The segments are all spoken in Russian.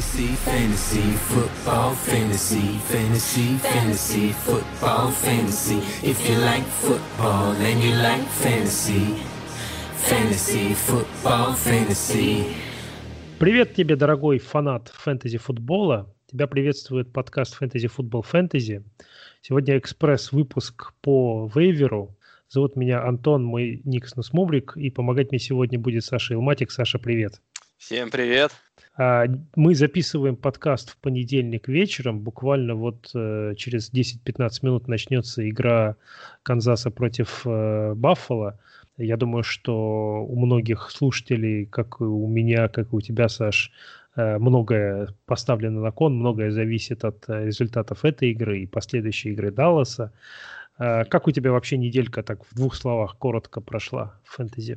Fantasy, fantasy, football, fantasy, fantasy, fantasy, football, fantasy. If you like football and you like fantasy, fantasy, football, fantasy. Привет тебе, дорогой фанат фэнтези-футбола. Тебя приветствует подкаст «Фэнтези Футбол Фэнтези». Сегодня экспресс-выпуск по вейверу. Зовут меня Антон, мой ник Снусмубрик, и помогать мне сегодня будет Саша Илматик. Саша, привет. Всем привет. Мы записываем подкаст в понедельник вечером. Буквально вот через 10-15 минут начнется игра Канзаса против Баффало. Я думаю, что у многих слушателей, как и у меня, как и у тебя, Саш, многое поставлено на кон, многое зависит от результатов этой игры и последующей игры Далласа. Как у тебя вообще неделька так в двух словах коротко прошла в фэнтези?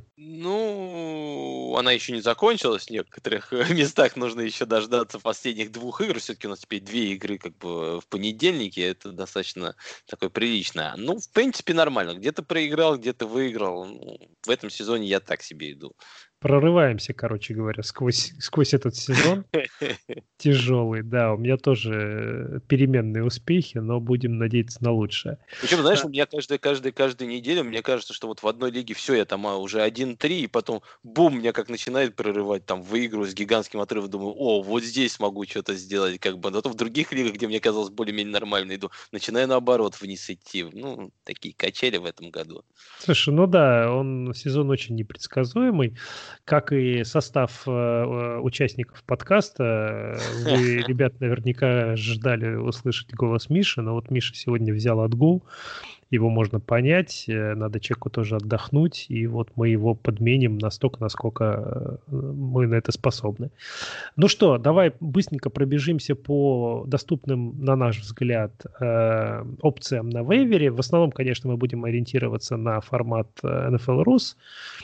Ну, она еще не закончилась. В некоторых местах нужно еще дождаться последних двух игр. Все-таки у нас теперь две игры как бы в понедельнике. Это достаточно такое приличное. Ну, в принципе, нормально. Где-то проиграл, где-то выиграл. Ну, в этом сезоне я так себе иду. Прорываемся, короче говоря, сквозь этот сезон. Тяжелый, да. У меня тоже переменные успехи, но будем надеяться на лучшее. Причем, знаешь, у меня каждую неделю, мне кажется, что вот в одной лиге все, я там уже 1-3, и потом бум, меня как начинает прорывать, там выигрываю с гигантским отрывом, думаю, о, вот здесь смогу что-то сделать, как бы. Но то в других лигах, где мне казалось более-менее нормально, иду, начинаю наоборот вниз идти. Ну, такие качели в этом году. Слушай, ну да, сезон очень непредсказуемый, как и состав участников подкаста. Вы, ребят, наверняка ждали услышать голос Миши, но вот Миша сегодня взял отгул, его можно понять, надо человеку тоже отдохнуть, и вот мы его подменим настолько, насколько мы на это способны. Ну что, давай быстренько пробежимся по доступным, на наш взгляд, опциям на вейвере. В основном, конечно, мы будем ориентироваться на формат NFL Rus,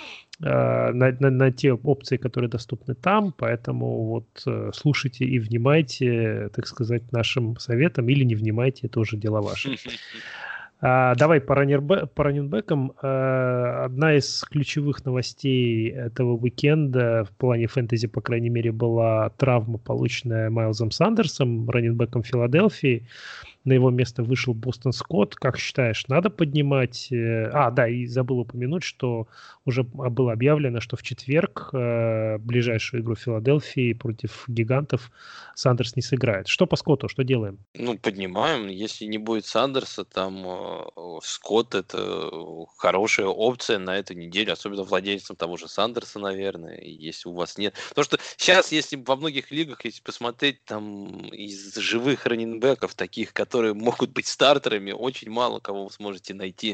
на те опции, которые доступны там, поэтому вот слушайте и внимайте, так сказать, нашим советам, или не внимайте, это уже дело ваше. Давай по раннинбэкам. Одна из ключевых новостей этого уикенда в плане фэнтези, по крайней мере, была травма, полученная Майлзом Сандерсом, раннинбэком Филадельфии. На его место вышел Бостон Скотт. Как считаешь, надо поднимать? Да, и забыл упомянуть, что уже было объявлено, что в четверг ближайшую игру Филадельфии против гигантов Сандерс не сыграет. Что по Скотту? Что делаем? Ну, поднимаем. Если не будет Сандерса, там Скотт — это хорошая опция на эту неделю, особенно владельцам того же Сандерса, наверное, если у вас нет. Потому что сейчас, если во многих лигах, если посмотреть, там из живых раннинбеков, таких, которые могут быть стартерами, очень мало кого вы сможете найти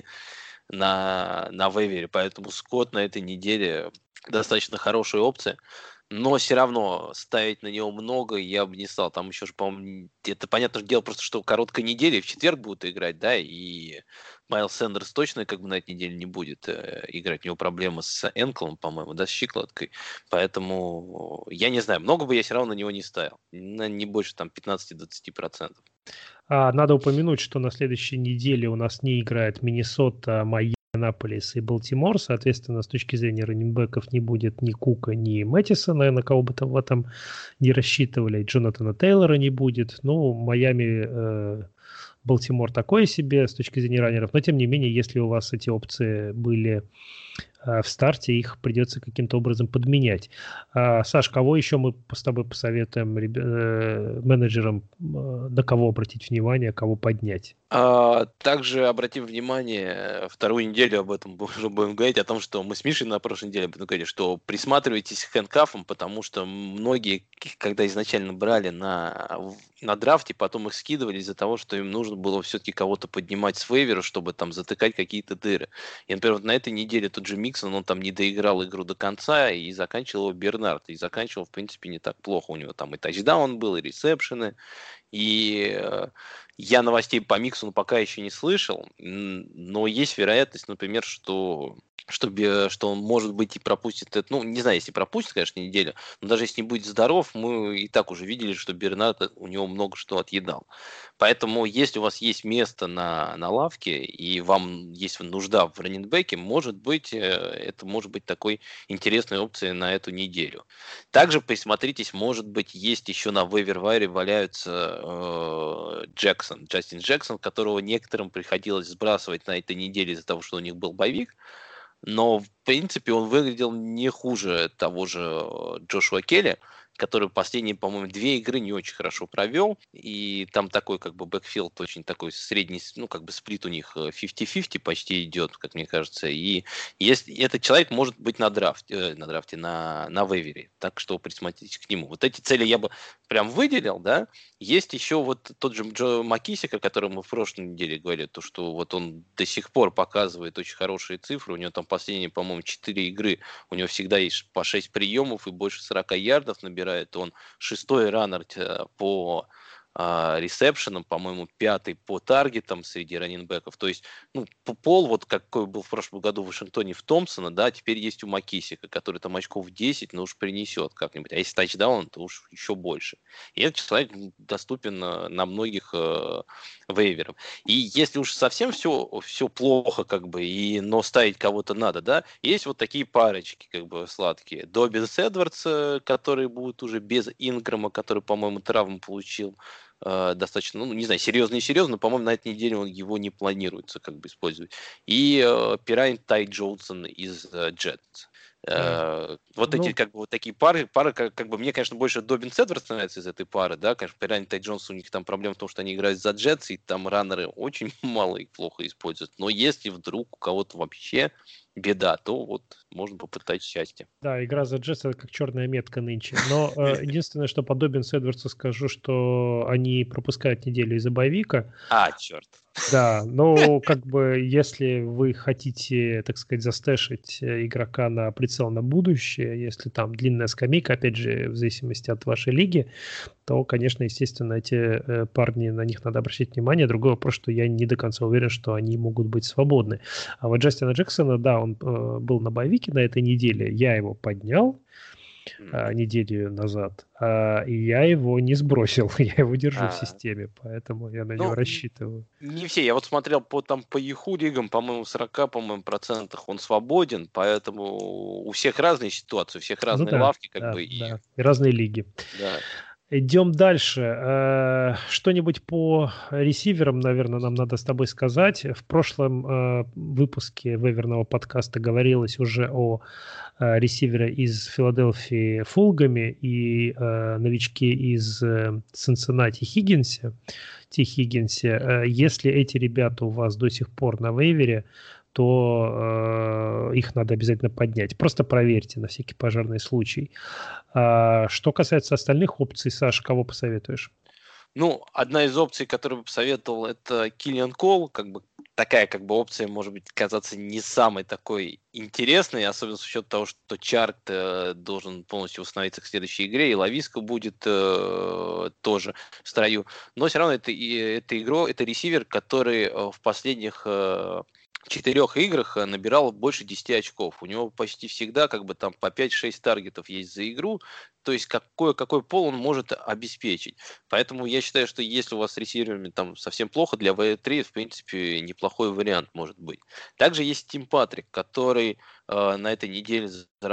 на вейвере. Поэтому Скотт на этой неделе достаточно хорошая опция. Но все равно ставить на него много я бы не стал. Там еще же, по-моему, это понятное дело, просто что короткая неделя, и в четверг будут играть, да, и Майлз Сэндерс точно как бы на этой неделе не будет играть. У него проблемы с энклом, по-моему, да, с щиколоткой. Поэтому я не знаю, много бы я все равно на него не ставил. Не больше там 15-20%. Надо упомянуть, что на следующей неделе у нас не играет Миннесота, Майами, Аннаполис и Балтимор. Соответственно, с точки зрения раннинбеков не будет ни Кука, ни Мэттисона, на кого бы там в этом не рассчитывали. Джонатана Тейлора не будет. Ну, Майами, Балтимор такое себе с точки зрения раннеров. Но, тем не менее, если у вас эти опции были в старте, их придется каким-то образом подменять. Саш, кого еще мы с тобой посоветуем менеджерам, на кого обратить внимание, кого поднять? Также обратим внимание, вторую неделю об этом уже будем говорить, о том, что мы с Мишей на прошлой неделе будем говорить, что присматривайтесь к хэндкафам, потому что многие, когда изначально брали на драфте, потом их скидывали из-за того, что им нужно было все-таки кого-то поднимать с вейвера, чтобы там затыкать какие-то дыры. И, например, вот на этой неделе тот же Миксон, он там не доиграл игру до конца, и заканчивал его Бернард. И заканчивал, в принципе, не так плохо. У него там и тачдаун был, и ресепшены. И я новостей по Миксону пока еще не слышал, но есть вероятность, например, что что он, может быть, и пропустит это. Ну, не знаю, если пропустит, конечно, неделю, но даже если не будет здоров, мы и так уже видели, что Бернард у него много что отъедал. Поэтому, если у вас есть место на лавке, и вам есть нужда в раннинбеке, может быть, это может быть такой интересной опцией на эту неделю. Также присмотритесь, может быть, есть еще на вейвер-вайре валяются Джастин Джексон, которого некоторым приходилось сбрасывать на этой неделе из-за того, что у них был боевик. Но, в принципе, он выглядел не хуже того же Джошуа Келли, который последние, по-моему, 2 игры не очень хорошо провел. И там такой, как бы, бэкфилд очень такой средний, ну, как бы, сплит у них 50-50 почти идет, как мне кажется. И если этот человек может быть на вейвере. Так что присмотритесь к нему. Вот эти цели я бы прям выделил, да. Есть еще вот тот же Джо Макисик, о котором мы в прошлой неделе говорили, то, что вот он до сих пор показывает очень хорошие цифры. У него там последние, по-моему, 4 игры. У него всегда есть по 6 приемов и больше 40 ярдов набирает. Он 6-й раннер по ресепшенам, по-моему, 5-й по таргетам среди раннинбеков. То есть, ну, пол, вот какой был в прошлом году в Вашингтоне в Томпсона, да, теперь есть у Макисика, который там очков 10, но уж принесет как-нибудь. А если тачдаун, то уж еще больше. И этот человек доступен на многих вейверах. И если уж совсем все плохо, как бы, но ставить кого-то надо, да, есть вот такие парочки, как бы, сладкие. Добинс Эдвардс, которые будут уже без Инграма, который, по-моему, травму получил, достаточно, ну, не знаю, серьезно, но, по-моему, на этой неделе его не планируется как бы использовать. И Пирайн Тай Джонсон из Джетс. Вот эти, как бы, вот такие пары как бы, мне, конечно, больше Добин Эдвардс нравится из этой пары, да, конечно, Пирайн Тай Джонсон, у них там проблема в том, что они играют за Джетс, и там раннеры очень мало и плохо используют, но если вдруг у кого-то вообще беда, то вот можно попытать счастье. Да, игра за Джетс — это как черная метка нынче. Но единственное, что по Добинс Эдвардсу скажу, что они пропускают неделю из-за боевика. Черт. Да, но как бы если вы хотите, так сказать, застэшить игрока на прицел на будущее, если там длинная скамейка, опять же, в зависимости от вашей лиги, то, конечно, естественно, эти парни, на них надо обращать внимание. Другой вопрос, что я не до конца уверен, что они могут быть свободны. А вот Джастина Джексона, да, он был на боевике на этой неделе, я его поднял неделю назад, и я его не сбросил, я его держу в системе, поэтому я на него рассчитываю. Не все, я вот смотрел по Яху лигам, по-моему, 40, процентах он свободен, поэтому у всех разные ситуации, у всех разные лавки, как бы. И разные лиги. Да. Идем дальше. Что-нибудь по ресиверам, наверное, нам надо с тобой сказать. В прошлом выпуске вейверного подкаста говорилось уже о ресивере из Филадельфии Фулгаме и новичке из Цинциннати Хиггинсе. Если эти ребята у вас до сих пор на вейвере, то их надо обязательно поднять. Просто проверьте на всякий пожарный случай. Что касается остальных опций, Саш, кого посоветуешь? Ну, одна из опций, которую бы посоветовал, это Киллиан Кол. Как бы такая, как бы, опция может быть казаться не самой такой интересной, особенно с учетом того, что Чарк должен полностью восстановиться к следующей игре, и Лависка будет тоже в строю. Но все равно это ресивер, который в последних 4 играх набирал больше 10 очков. У него почти всегда как бы там по 5-6 таргетов есть за игру. То есть какой пол он может обеспечить. Поэтому я считаю, что если у вас с ресиверами там совсем плохо, для V3, в принципе, неплохой вариант может быть. Также есть Тим Патрик, который на этой неделе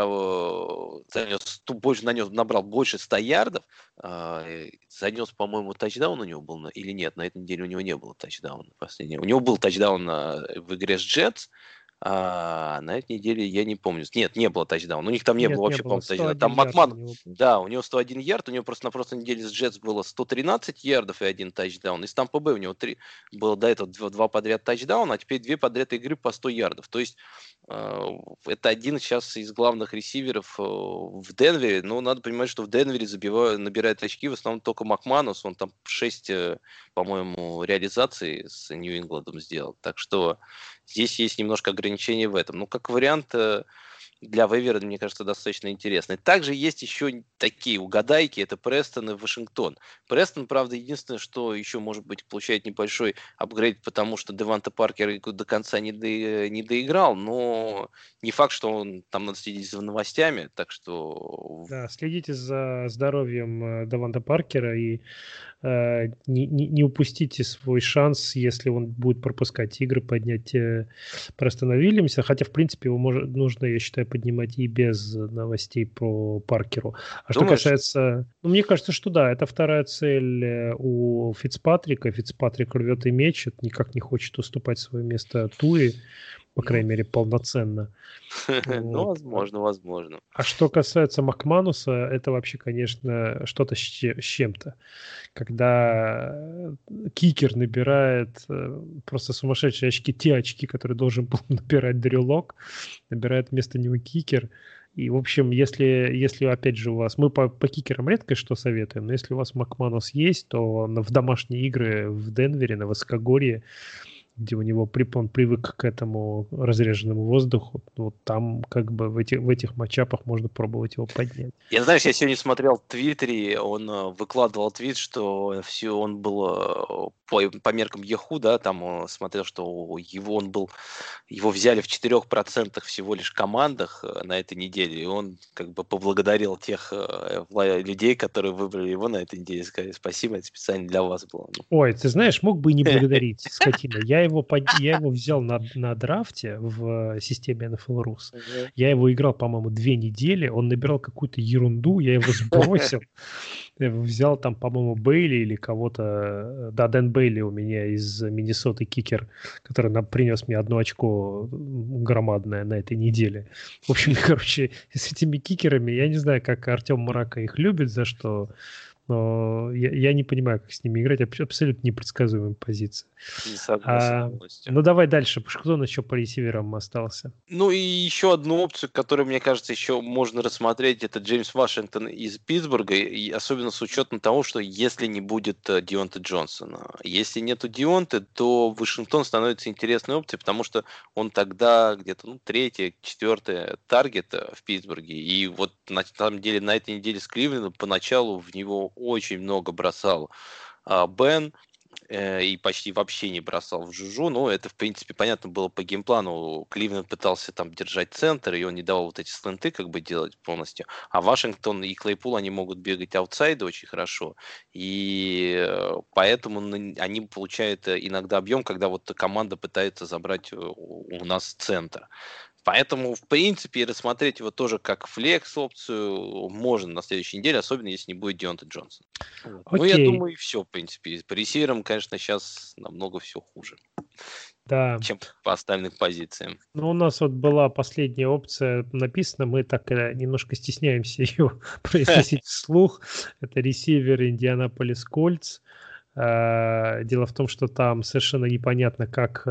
набрал больше 100 ярдов. Занес, по-моему, тачдаун у него был, или нет, на этой неделе у него не было тачдауна. У него был тачдаун в игре с Джетс, а на этой неделе я не помню. Нет, не было тачдауна. У них там не было вообще, по-моему, тачдауна. Там Макман, да, у него 101 ярд, у него просто на прошлой неделе с Джетс было 113 ярдов и 1 тачдаун. Из Тампа Бэй у него было до этого 2 подряд тачдауна, а теперь 2 подряд игры по 100 ярдов. То есть это один сейчас из главных ресиверов в Денвере. Но надо понимать, что в Денвере набирает очки в основном только Макманус. Он там 6, по-моему, реализаций с Нью-Ингландом сделал. Так что здесь есть немножко ограничений в этом. Ну, как вариант, для вейвера, мне кажется, достаточно интересный. Также есть еще такие угадайки, это Престон и Вашингтон. Престон, правда, единственное, что еще, может быть, получает небольшой апгрейд, потому что Деванте Паркер до конца не доиграл, но не факт, что он там надо следить за новостями, так что... Да, следите за здоровьем Деванте Паркера и не упустите свой шанс, если он будет пропускать игры, поднять Престона Уильямса. Хотя, в принципе, его нужно, я считаю, поднимать и без новостей по Паркеру. А Думаешь? что касается... Ну, мне кажется, что да, это вторая цель у Фицпатрика. Фицпатрик рвет и мечет, никак не хочет уступать свое место Туи, по крайней мере, полноценно. Ну, возможно. А что касается Макмануса, это вообще, конечно, что-то с чем-то. Когда кикер набирает просто сумасшедшие очки, те очки, которые должен был набирать Дрю Лок, набирает вместо него кикер. И, в общем, если опять же, у вас... Мы по кикерам редко что советуем, но если у вас Макманус есть, то в домашние игры в Денвере, на Высокогорье, где у него он привык к этому разреженному воздуху, вот там как бы в этих матчапах можно пробовать его поднять. Я сегодня смотрел в Твиттере, он выкладывал твит, что все он был по меркам Yahoo, да, там смотрел, что его взяли в 4% всего лишь командах на этой неделе, и он как бы поблагодарил тех людей, которые выбрали его на этой неделе, сказали: спасибо, это специально для вас было. Ой, ты знаешь, мог бы и не благодарить, скотина. Я его взял на драфте в системе NFL Rus. Я его играл, по-моему, 2 недели. Он набирал какую-то ерунду, я его сбросил. Я его взял там, по-моему, Бейли или кого-то. Да, Дэн Бейли у меня из Миннесоты кикер, который принес мне 1 очко громадное на этой неделе. В общем, короче, с этими кикерами, я не знаю, как Артем Марака их любит, за что... Но я не понимаю, как с ними играть. Абсолютно непредсказуемая позиция. Не согласен. Ну, давай дальше. Кто у нас еще по ресиверам остался? Ну, и еще одну опцию, которую, мне кажется, еще можно рассмотреть, это Джеймс Вашингтон из Питтсбурга, и особенно с учетом того, что если не будет Дионте Джонсона. Если нету Дионте, то Вашингтон становится интересной опцией, потому что он тогда где-то 3-й, 4-й таргет в Питтсбурге. И вот на самом деле на этой неделе с Кливлендом поначалу в него очень много бросал Бен, и почти вообще не бросал в Жужу. Но это, в принципе, понятно было по геймплану. Кливленд пытался там держать центр, и он не давал вот эти сленты как бы делать полностью. А Вашингтон и Клейпул, они могут бегать аутсайды очень хорошо. И поэтому они получают иногда объем, когда вот команда пытается забрать у нас центр. Поэтому, в принципе, рассмотреть его тоже как флекс-опцию можно на следующей неделе, особенно если не будет Дионте Джонсон. Ну, я думаю, и все, в принципе. По ресиверам, конечно, сейчас намного все хуже, чем по остальным позициям. Ну, у нас вот была последняя опция написана, мы так немножко стесняемся ее произносить вслух. Это ресивер Индианаполис Кольтс. Дело в том, что там совершенно непонятно, как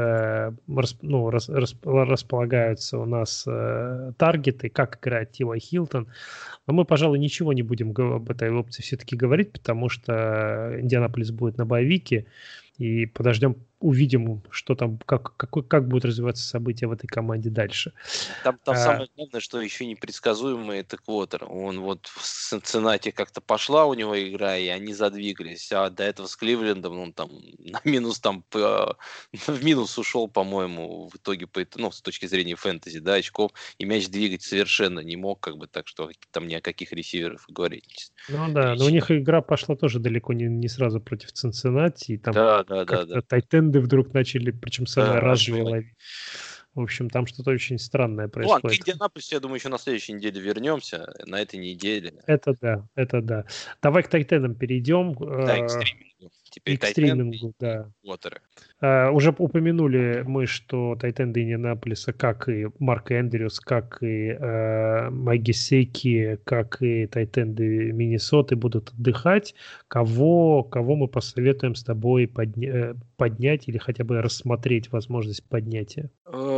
располагаются у нас таргеты, как играет Ти.Уай Хилтон. Но мы, пожалуй, ничего не будем об этой опции все-таки говорить, потому что Индианаполис будет на боевике, и подождем, увидим, что там, как будут развиваться события в этой команде дальше. Там самое главное, что еще непредсказуемый, это квотер. Он вот в Цинциннати как-то пошла у него игра, и они задвигались. А до этого с Кливлендом он там на минус в минус ушел, по-моему, в итоге с точки зрения фэнтези, да, очков, и мяч двигать совершенно не мог, как бы, так что там ни о каких ресиверах говорить. Ну да, но у них игра пошла тоже далеко не сразу против Цинциннати, и там тайтенды вдруг начали, причем самые разные ловить. В общем, там что-то очень странное происходит. Ну, а к Индианаполису, я думаю, еще на следующей неделе вернемся, на этой неделе. Это да. Давай к тайтендам перейдем. Да, к стримингу. Теперь к стримингу, да. Уже упомянули мы, что тайтенды Индианаполиса, как и Марк Эндрюс, как и Майги Сейки, как и тайтенды Миннесоты будут отдыхать. Кого мы посоветуем с тобой поднять или хотя бы рассмотреть возможность поднятия?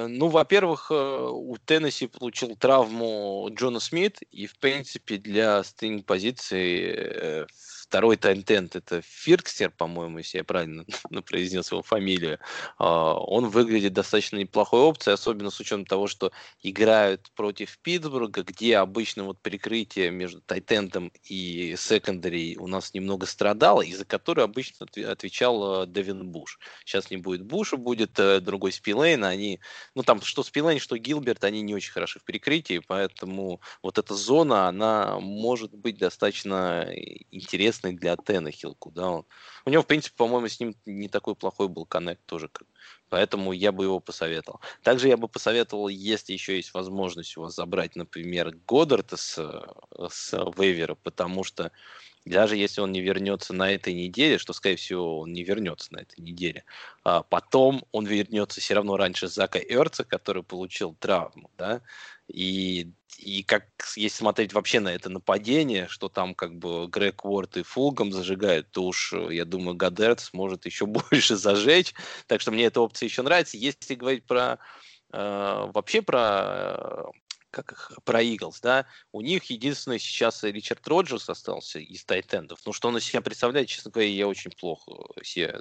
Ну, во-первых, у Теннесси получил травму Джона Смит, и, в принципе, для стейнинг-позиции второй тайм-энд — это Фиркстер, по-моему, если я правильно произнес его фамилию. Он выглядит достаточно неплохой опцией, особенно с учетом того, что играют против Питтсбурга, где обычно вот перекрытие между тайтендом и секондари у нас немного страдало, и за которое обычно отвечал Девин Буш. Сейчас не будет Буша, будет другой Спилейн. Они, ну там что Спилейн, что Гилберт, они не очень хороши в перекрытии, поэтому вот эта зона, она может быть достаточно интересной для Теннехилл, куда он... У него, в принципе, по-моему, с ним не такой плохой был коннект тоже. Поэтому я бы его посоветовал. Также я бы посоветовал, если еще есть возможность у вас забрать, например, Годдарта с вейвера, потому что даже если он не вернется на этой неделе, что, скорее всего, он не вернется на этой неделе, потом он вернется все равно раньше Зака Эрца, который получил травму, да, и как, если смотреть вообще на это нападение, что там как бы Грег Уорд и Фулгам зажигают, то уж, я думаю, Годдард сможет еще больше зажечь, так что мне эта опция еще нравится. Если говорить про вообще про Eagles, да, у них единственный сейчас Ричард Роджерс остался из тайтендов. Но что он из себя представляет, честно говоря, я очень плохо себе...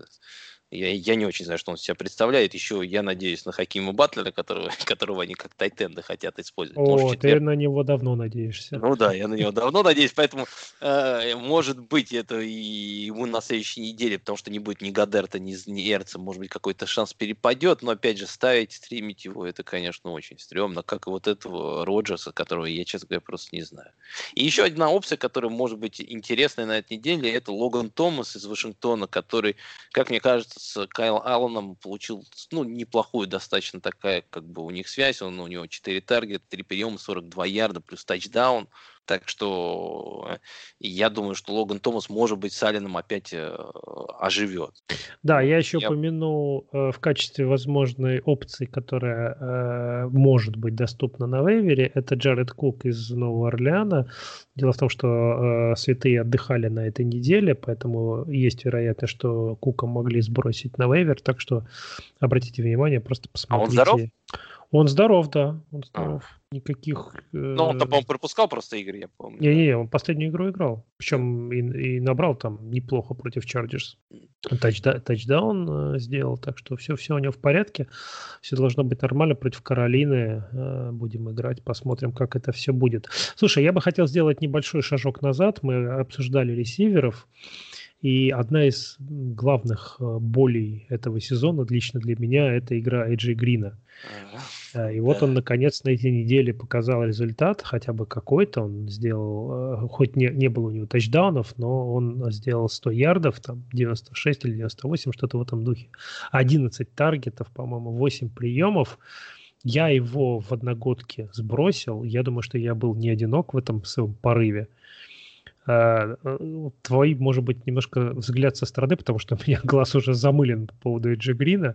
Я не очень знаю, что он из себя представляет. Еще я надеюсь на Хакима Батлера, которого они как тайтенда хотят использовать. О, ты на него давно надеешься. Ну да, я на него давно надеюсь, поэтому может быть это и ему на следующей неделе, потому что не будет ни Годдарта, ни Эрца, может быть какой-то шанс перепадет, но опять же ставить, стримить его, это, конечно, очень стрёмно, как и вот этого Роджерса, которого я, честно говоря, просто не знаю. И еще одна опция, которая может быть интересной на этой неделе, это Логан Томас из Вашингтона, который, как мне кажется, с Кайл Алланом получил, ну, неплохую достаточно такая, как бы у них связь, у него 4 таргета, 3 приема, 42 ярда, плюс тачдаун. Так что я думаю, что Логан Томас, может быть, с Алленом опять оживет. Да, я еще упомяну в качестве возможной опции, которая может быть доступна на вейвере, это Джаред Кук из Нового Орлеана. Дело в том, что святые отдыхали на этой неделе, поэтому есть вероятность, что Кука могли сбросить на вейвер, так что обратите внимание, просто посмотрите. А он здоров? Он здоров, да, он здоров. Никаких... Ну, он-то, по-моему, пропускал просто игры, я помню. Не-не, он последнюю игру играл. Причем и набрал там неплохо против Чарджерс. Тачдаун сделал, так что все у него в порядке. Все должно быть нормально. Против Каролины будем играть, посмотрим, как это все будет. Слушай, я бы хотел сделать небольшой шажок назад. Мы обсуждали ресиверов. И одна из главных болей этого сезона, лично для меня, это игра Эйджи Грина. И вот он, наконец, на этой неделе показал результат, хотя бы какой-то. Он сделал, хоть не было у него тачдаунов, но он сделал 100 ярдов, там 96 или 98, что-то в этом духе. 11 таргетов, по-моему, 8 приемов. Я его в одногодке сбросил. Я думаю, что я был не одинок в этом своем порыве. Твой, может быть, немножко взгляд со стороны, потому что у меня глаз уже замылен по поводу Эйджи Грина.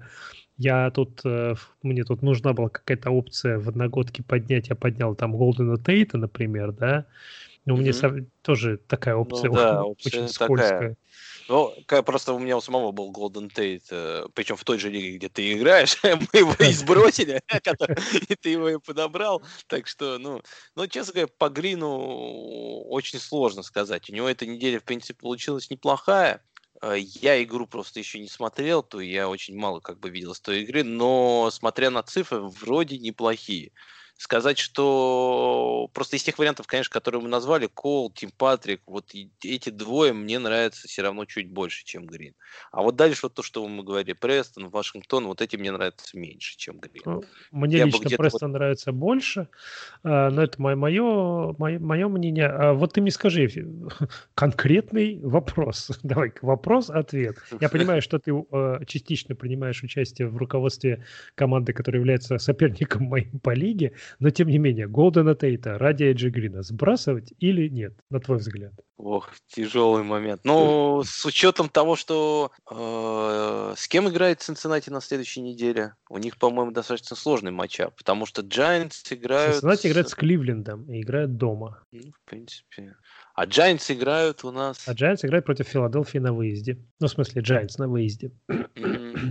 Мне тут нужна была какая-то опция в одногодке поднять. Я поднял там Голдена Тейта, например, да. Но у меня тоже такая опция, очень скользкая. Ну, просто у меня у самого был Голден Тейт, причем в той же лиге, где ты играешь, мы его и сбросили, и ты его и подобрал. Так что, честно говоря, по Грину очень сложно сказать. У него эта неделя, в принципе, получилась неплохая. Я игру просто еще не смотрел, то я очень мало как бы видел с той игры, но смотря на цифры, вроде неплохие. Сказать, что просто из тех вариантов, конечно, которые мы назвали, Кол, Тим Патрик, вот эти двое мне нравятся все равно чуть больше, чем Грин. А вот дальше вот то, что мы говорили, Престон, Вашингтон, вот эти мне нравятся меньше, чем Грин. Мне лично Престон нравится больше, но это мое мнение. А вот ты мне скажи, конкретный вопрос. Давай, вопрос-ответ. Я понимаю, что ты частично принимаешь участие в руководстве команды, которая является соперником моим по лиге, но, тем не менее, Голдена Тейта ради Эйджи Грина сбрасывать или нет, на твой взгляд? Ох, тяжелый момент. Ну, с учетом того, что с кем играет Цинциннати на следующей неделе? У них, по-моему, достаточно сложный матчап, потому что Giants играют... Цинциннати играет с Кливлендом и играет дома. Ну, в принципе... А Giants играют у нас... А Giants играет против Филадельфии на выезде. Ну, в смысле, Giants на выезде.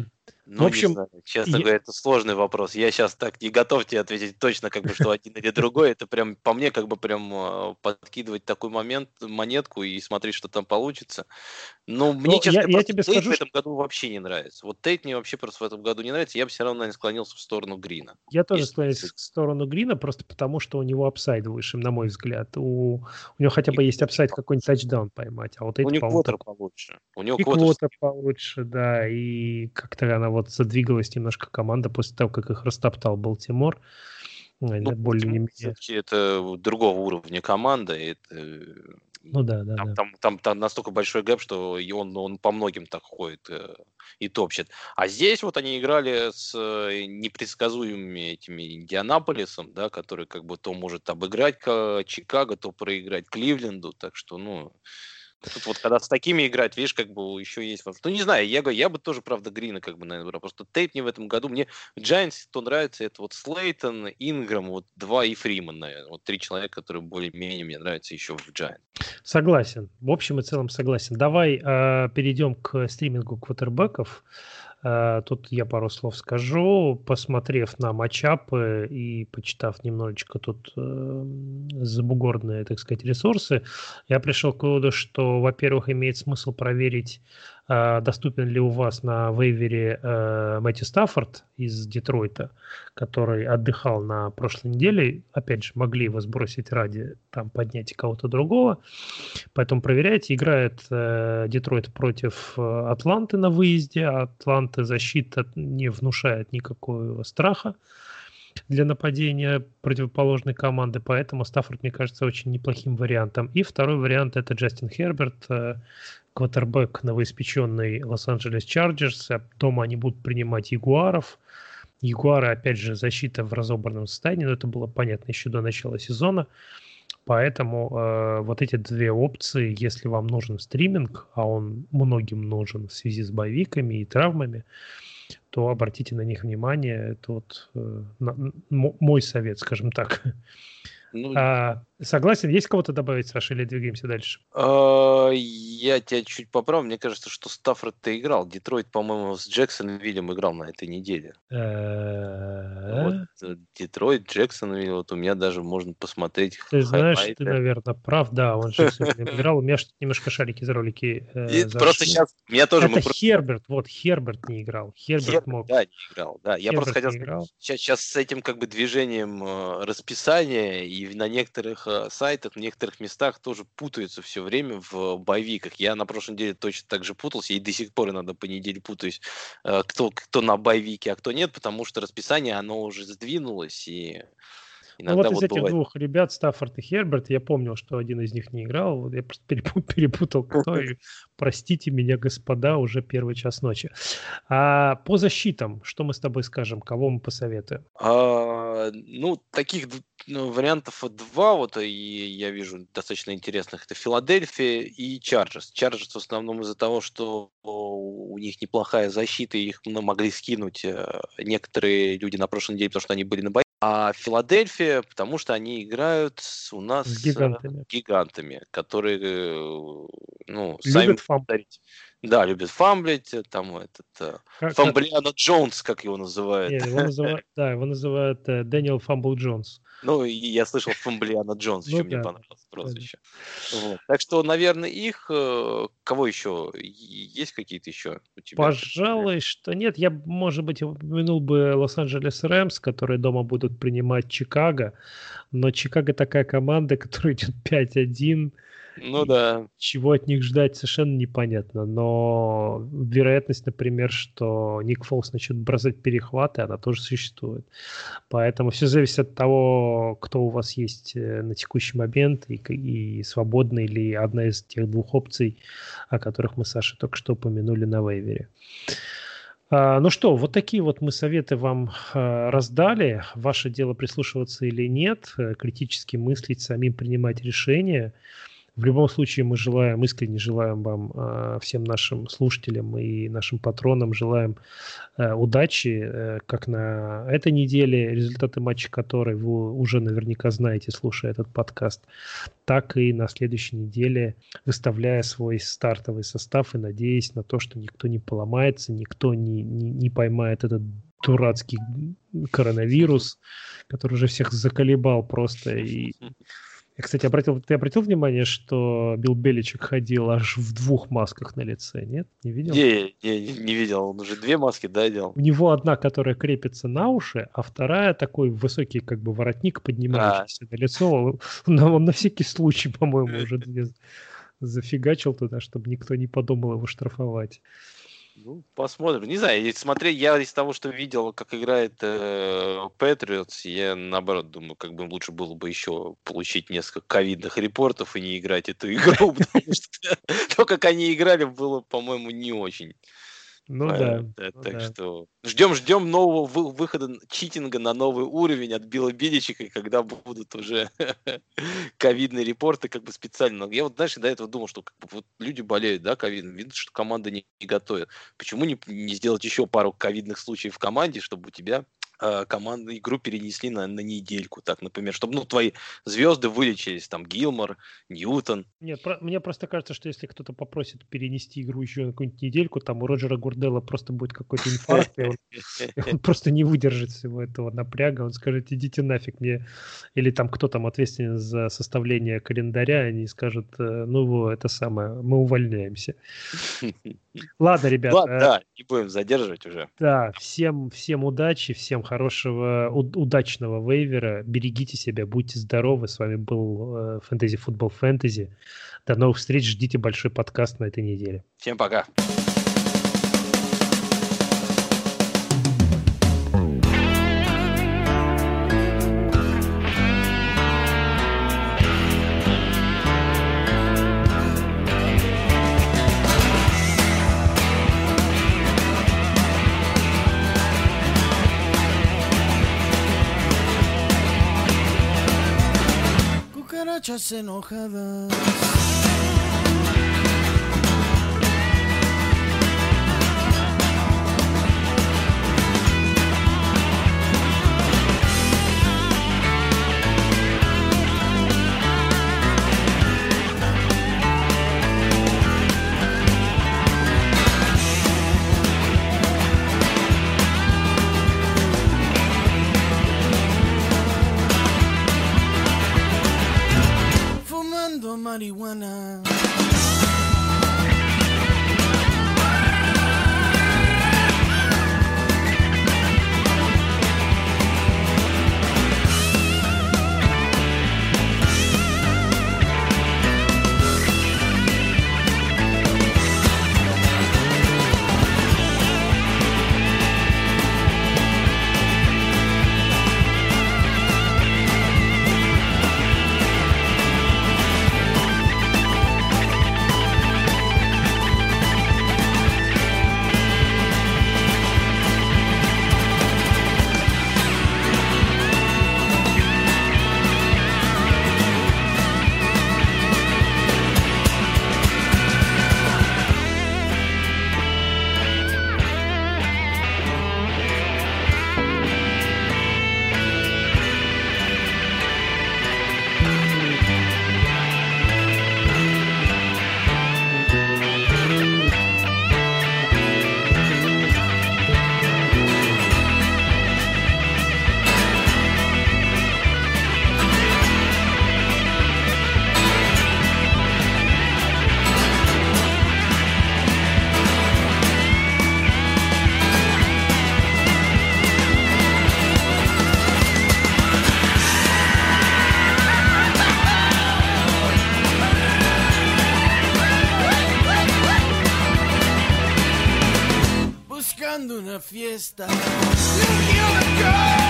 Ну, В общем, не знаю, честно говоря, это сложный вопрос. Я сейчас так не готов тебе ответить точно, как бы, что один или другой. Это прям, по мне, как бы прям подкидывать такой монетку и смотреть, что там получится. Ну, мне, честно, я просто тебе Тейт скажу, в этом году вообще не нравится. Вот Тейт мне вообще просто в этом году не нравится. Я бы все равно, наверное, склонился в сторону Грина. я тоже склоняюсь в сторону Грина, просто потому что у него апсайд выше, на мой взгляд. У него хотя бы есть апсайд какой-нибудь тачдаун поймать, а вот У это, него по-моему, квотер получше. У него и квотер. квота получше, да, и как-то она вот задвигалась немножко команда после того, как их растоптал Балтимор. Ну, Более-менее. все-таки это другого уровня команда. Это, Ну да. там настолько большой гэп, что и он по многим так ходит и топчет. А здесь вот они играли с непредсказуемыми этими Индианаполисом, да, который как бы то может обыграть Чикаго, то проиграть Кливленду. Так что, ну... Тут вот когда с такими играть, видишь, как бы еще есть... Ну, не знаю, я бы тоже, правда, Грина как бы, наверное, брал. Просто Тейт мне в этом году... Мне в Giants, кто нравится, это вот Слейтон, Инграм, вот 2 и Фриман, наверное. Вот 3 человека, которые более-менее мне нравятся еще в Giants. Согласен. В общем и целом согласен. Давай перейдем к стримингу квотербеков. Тут я пару слов скажу, посмотрев на матчапы и почитав немножечко тут забугорные, так сказать, ресурсы, я пришел к выводу, что, во-первых, имеет смысл проверить, доступен ли у вас на вейвере Мэтью Стаффорд из Детройта, который отдыхал на прошлой неделе. Опять же, могли его сбросить ради там поднятия кого-то другого. Поэтому проверяйте. Играет Детройт против Атланты на выезде. Атланты защита не внушает никакого страха для нападения противоположной команды, поэтому Стаффорд, мне кажется, очень неплохим вариантом. И второй вариант – это Джастин Херберт, квотербек новоиспеченный Лос-Анджелес Чарджерс. Дома они будут принимать Ягуаров. Ягуары, опять же, защита в разобранном состоянии, но это было понятно еще до начала сезона. Поэтому вот эти две опции, если вам нужен стриминг, а он многим нужен в связи с боевиками и травмами, то обратите на них внимание. Это вот мой совет, скажем так. Ну, согласен? Есть кого-то добавить, Саша, или двигаемся дальше? Я тебя чуть поправлю. Мне кажется, что Стаффорд-то играл. Детройт, по-моему, с Джексонвиллем играл на этой неделе. Вот Детройт, Джексонвилл. Вот у меня даже можно посмотреть. Ты знаешь, ты, наверное, прав. Да, он же играл. У меня что-то немножко шарики-заролики просто сейчас... Меня тоже это Херберт. Вот, Херберт не играл. Херберт мог. Да, не играл. Да. Я просто хотел сказать, сейчас с этим как бы движением расписания и на некоторых сайтах, в некоторых местах тоже путаются все время в боевиках. Я на прошлой неделе точно так же путался, и до сих пор иногда по неделе путаюсь, кто на боевике, а кто нет, потому что расписание, оно уже сдвинулось, и иногда из этих двух ребят, Стаффорд и Херберт, я помнил, что один из них не играл, вот я просто перепутал, кто, и простите меня, господа, уже первый час ночи. А по защитам, что мы с тобой скажем, кого мы посоветуем? Таких вариантов два, вот, и я вижу достаточно интересных, это Филадельфия и Чарджерс. Чарджерс в основном из-за того, что у них неплохая защита, и их могли скинуть некоторые люди на прошлой неделе, потому что они были на боях. А Филадельфия, потому что они играют у нас с гигантами, которые, любят сами фамблить. Да, любят фамблить, там этот Фамблиано Джонс, как его называют. Его называют Дэниел Фамбл Джонс. Ну, и я слышал Фамблиано Джонс, еще мне понравилось прозвище. Вот. Так что, наверное, их... Кого еще? Есть какие-то еще у тебя? Пожалуй, что нет. Я, может быть, упомянул бы Лос-Анджелес Рэмс, которые дома будут принимать Чикаго. Но Чикаго такая команда, которая идет 5-1. Ну да. Чего от них ждать, совершенно непонятно. Но вероятность, например, что Ник Фолс начнет бросать перехваты, она тоже существует. Поэтому все зависит от того, кто у вас есть на текущий момент и свободна ли одна из тех двух опций, о которых мы с Сашей только что упомянули на вейвере. Ну что, вот такие вот мы советы вам раздали. Ваше дело прислушиваться или нет, критически мыслить, самим принимать решения. В любом случае мы искренне желаем вам, всем нашим слушателям и нашим патронам, желаем удачи, как на этой неделе, результаты матча которой вы уже наверняка знаете, слушая этот подкаст, так и на следующей неделе, выставляя свой стартовый состав и надеясь на то, что никто не поломается, никто не поймает этот дурацкий коронавирус, который уже всех заколебал просто. И я, кстати, ты обратил внимание, что Билл Беличек ходил аж в 2 масках на лице, нет? Не видел? Не видел, он уже 2 маски делал. У него одна, которая крепится на уши, а вторая такой высокий как бы воротник, поднимающийся на лицо. Он на всякий случай, по-моему, уже 2 зафигачил туда, чтобы никто не подумал его штрафовать. Ну, посмотрим. Не знаю, я из того, что видел, как играет Патриотс, я наоборот думаю, как бы лучше было бы еще получить несколько ковидных репортов и не играть эту игру, потому что то, как они играли, было, по-моему, не очень. Так что ждем нового выхода читинга на новый уровень от Билла Беличека, когда будут уже ковидные репорты как бы специально. Я вот, знаешь, до этого думал, что как бы, вот люди болеют, да, ковидом, видно, что команда не готовит. Почему не сделать еще пару ковидных случаев в команде, чтобы у тебя команду, игру перенесли на недельку, так, например, чтобы, твои звезды вылечились, там, Гилмор, Ньютон. Нет, мне просто кажется, что если кто-то попросит перенести игру еще на какую-нибудь недельку, там у Роджера Гурделла просто будет какой-то инфаркт, и он просто не выдержит всего этого напряга, он скажет, идите нафиг мне, или там кто там ответственен за составление календаря, они скажут, это самое, мы увольняемся. Ладно, ребят. Да, не будем задерживать уже. Да, всем удачи, всем хорошего, удачного вейвера. Берегите себя, будьте здоровы. С вами был Фэнтези Футбол Фэнтези. До новых встреч. Ждите большой подкаст на этой неделе. Всем пока. Enojadas. Marihuana. Una fiesta.